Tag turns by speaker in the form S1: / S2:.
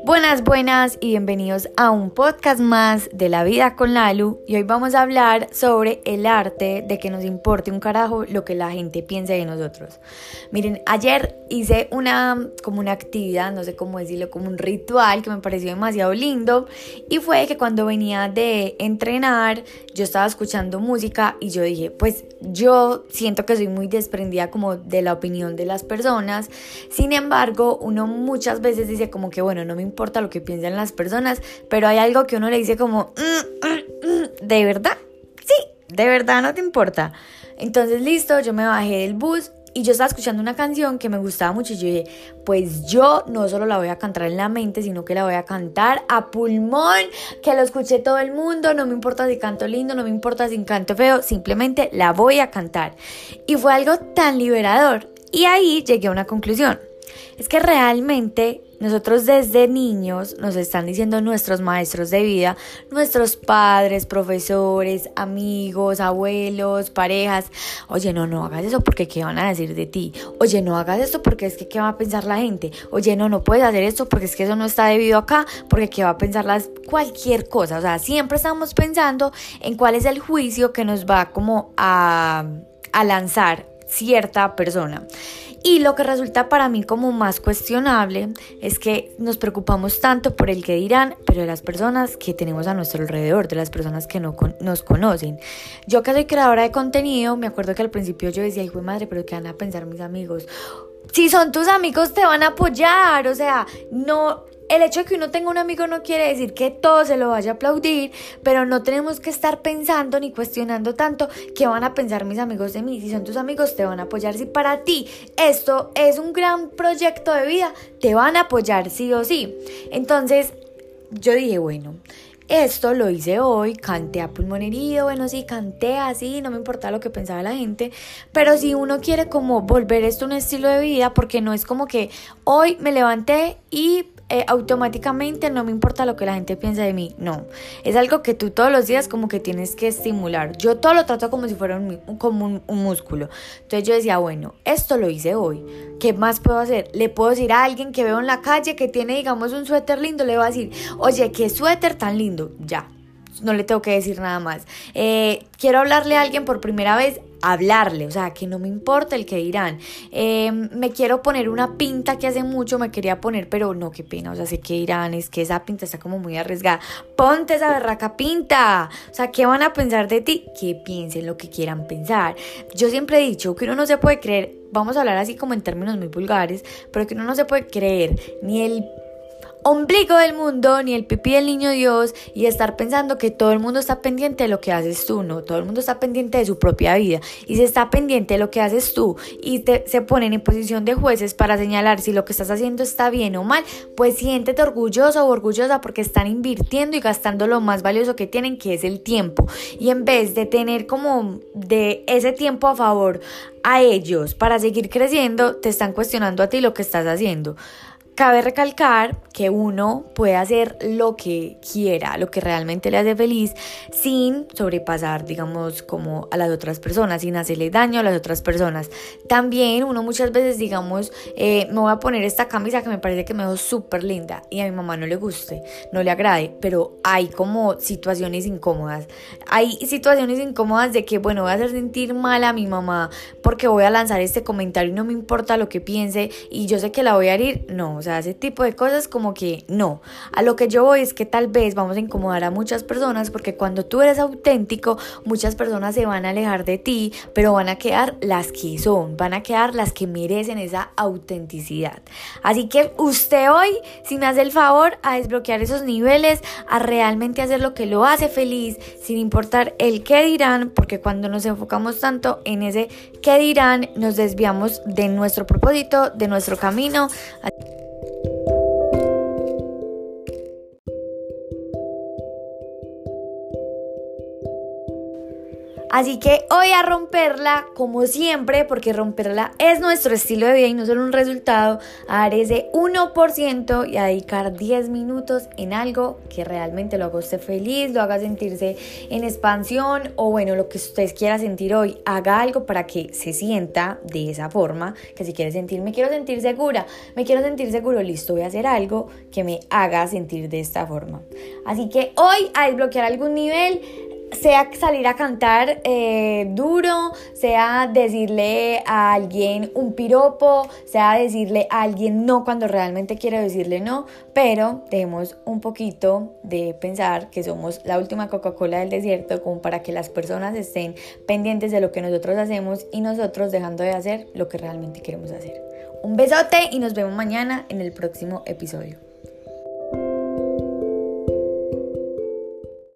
S1: Buenas y bienvenidos a un podcast más de La Vida con Lalu. Y hoy vamos a hablar sobre el arte de que nos importe un carajo lo que la gente piense de nosotros. Miren, ayer hice una actividad, no sé cómo decirlo, como un ritual que me pareció demasiado lindo. Y fue que cuando venía de entrenar, yo estaba escuchando música y yo dije, pues yo siento que soy muy desprendida como de la opinión de las personas. Sin embargo, uno muchas veces dice como que bueno, no me importa lo que piensen las personas, pero hay algo que uno le dice como ¿de verdad? Sí, de verdad no te importa. Entonces listo, yo me bajé del bus y yo estaba escuchando una canción que me gustaba mucho y yo dije, pues yo no solo la voy a cantar en la mente, sino que la voy a cantar a pulmón, que lo escuche todo el mundo, no me importa si canto lindo, no me importa si canto feo, simplemente la voy a cantar. Y fue algo tan liberador y ahí llegué a una conclusión. Es que realmente nosotros desde niños nos están diciendo nuestros maestros de vida, nuestros padres, profesores, amigos, abuelos, parejas, oye, no hagas eso porque ¿qué van a decir de ti? Oye, no hagas esto porque es que ¿qué va a pensar la gente? Oye, no puedes hacer esto porque es que eso no está debido acá, porque ¿qué va a pensar cualquier cosa? O sea, siempre estamos pensando en cuál es el juicio que nos va como a lanzar cierta persona. Y lo que resulta para mí como más cuestionable es que nos preocupamos tanto por el que dirán, pero de las personas que tenemos a nuestro alrededor, de las personas que no nos conocen. Yo que soy creadora de contenido, me acuerdo que al principio yo decía, hijo de madre, pero ¿qué van a pensar mis amigos? Si son tus amigos te van a apoyar, o sea, no... El hecho de que uno tenga un amigo no quiere decir que todo se lo vaya a aplaudir, pero no tenemos que estar pensando ni cuestionando tanto qué van a pensar mis amigos de mí. Si son tus amigos, te van a apoyar. Si para ti esto es un gran proyecto de vida, te van a apoyar sí o sí. Entonces, yo dije, bueno, esto lo hice hoy, canté a pulmón herido, bueno, sí, canté así, no me importaba lo que pensaba la gente, pero si uno quiere como volver esto un estilo de vida, porque no es como que hoy me levanté y automáticamente no me importa lo que la gente piense de mí, no, es algo que tú todos los días como que tienes que estimular. Yo todo lo trato como si fuera un músculo. Entonces yo decía, bueno, esto lo hice hoy, ¿qué más puedo hacer? Le puedo decir a alguien que veo en la calle que tiene, digamos, un suéter lindo, le voy a decir, oye, qué suéter tan lindo, ya, no le tengo que decir nada más. Quiero hablarle a alguien por primera vez, hablarle, o sea, que no me importa el que dirán. Me quiero poner una pinta que hace mucho me quería poner, pero no, qué pena, o sea, sé que dirán, es que esa pinta está como muy arriesgada. Ponte esa berraca pinta, o sea, ¿qué van a pensar de ti? Que piensen lo que quieran pensar. Yo siempre he dicho que uno no se puede creer, vamos a hablar así como en términos muy vulgares, pero que uno no se puede creer ni el ombligo del mundo, ni el pipí del niño Dios, y estar pensando que todo el mundo está pendiente de lo que haces tú. No, todo el mundo está pendiente de su propia vida, y si está pendiente de lo que haces tú y se ponen en posición de jueces para señalar si lo que estás haciendo está bien o mal, pues siéntete orgulloso o orgullosa porque están invirtiendo y gastando lo más valioso que tienen, que es el tiempo, y en vez de tener como de ese tiempo a favor a ellos para seguir creciendo, te están cuestionando a ti lo que estás haciendo. Cabe recalcar que uno puede hacer lo que quiera, lo que realmente le hace feliz, sin sobrepasar, digamos, como a las otras personas, sin hacerle daño a las otras personas. También uno muchas veces, digamos, me voy a poner esta camisa que me parece que me veo súper linda y a mi mamá no le guste, no le agrade, pero hay como situaciones incómodas. Hay situaciones incómodas de que, bueno, voy a hacer sentir mal a mi mamá porque voy a lanzar este comentario y no me importa lo que piense y yo sé que la voy a herir, no, o sea, ese tipo de cosas como que no. A lo que yo voy es que tal vez vamos a incomodar a muchas personas porque cuando tú eres auténtico, muchas personas se van a alejar de ti, pero van a quedar las que son, van a quedar las que merecen esa autenticidad. Así que usted hoy, si me hace el favor a desbloquear esos niveles, a realmente hacer lo que lo hace feliz, sin importar el qué dirán, porque cuando nos enfocamos tanto en ese qué dirán, nos desviamos de nuestro propósito, de nuestro camino. Así que hoy a romperla, como siempre, porque romperla es nuestro estilo de vida y no solo un resultado, a dar ese 1% y a dedicar 10 minutos en algo que realmente lo haga usted feliz, lo haga sentirse en expansión o bueno, lo que usted quiera sentir hoy. Haga algo para que se sienta de esa forma, que si quiere sentir, me quiero sentir segura, me quiero sentir seguro, listo, voy a hacer algo que me haga sentir de esta forma. Así que hoy a desbloquear algún nivel, sea salir a cantar duro, sea decirle a alguien un piropo, sea decirle a alguien no cuando realmente quiere decirle no, pero dejemos un poquito de pensar que somos la última Coca-Cola del desierto, como para que las personas estén pendientes de lo que nosotros hacemos y nosotros dejando de hacer lo que realmente queremos hacer. Un besote y nos vemos mañana en el próximo episodio.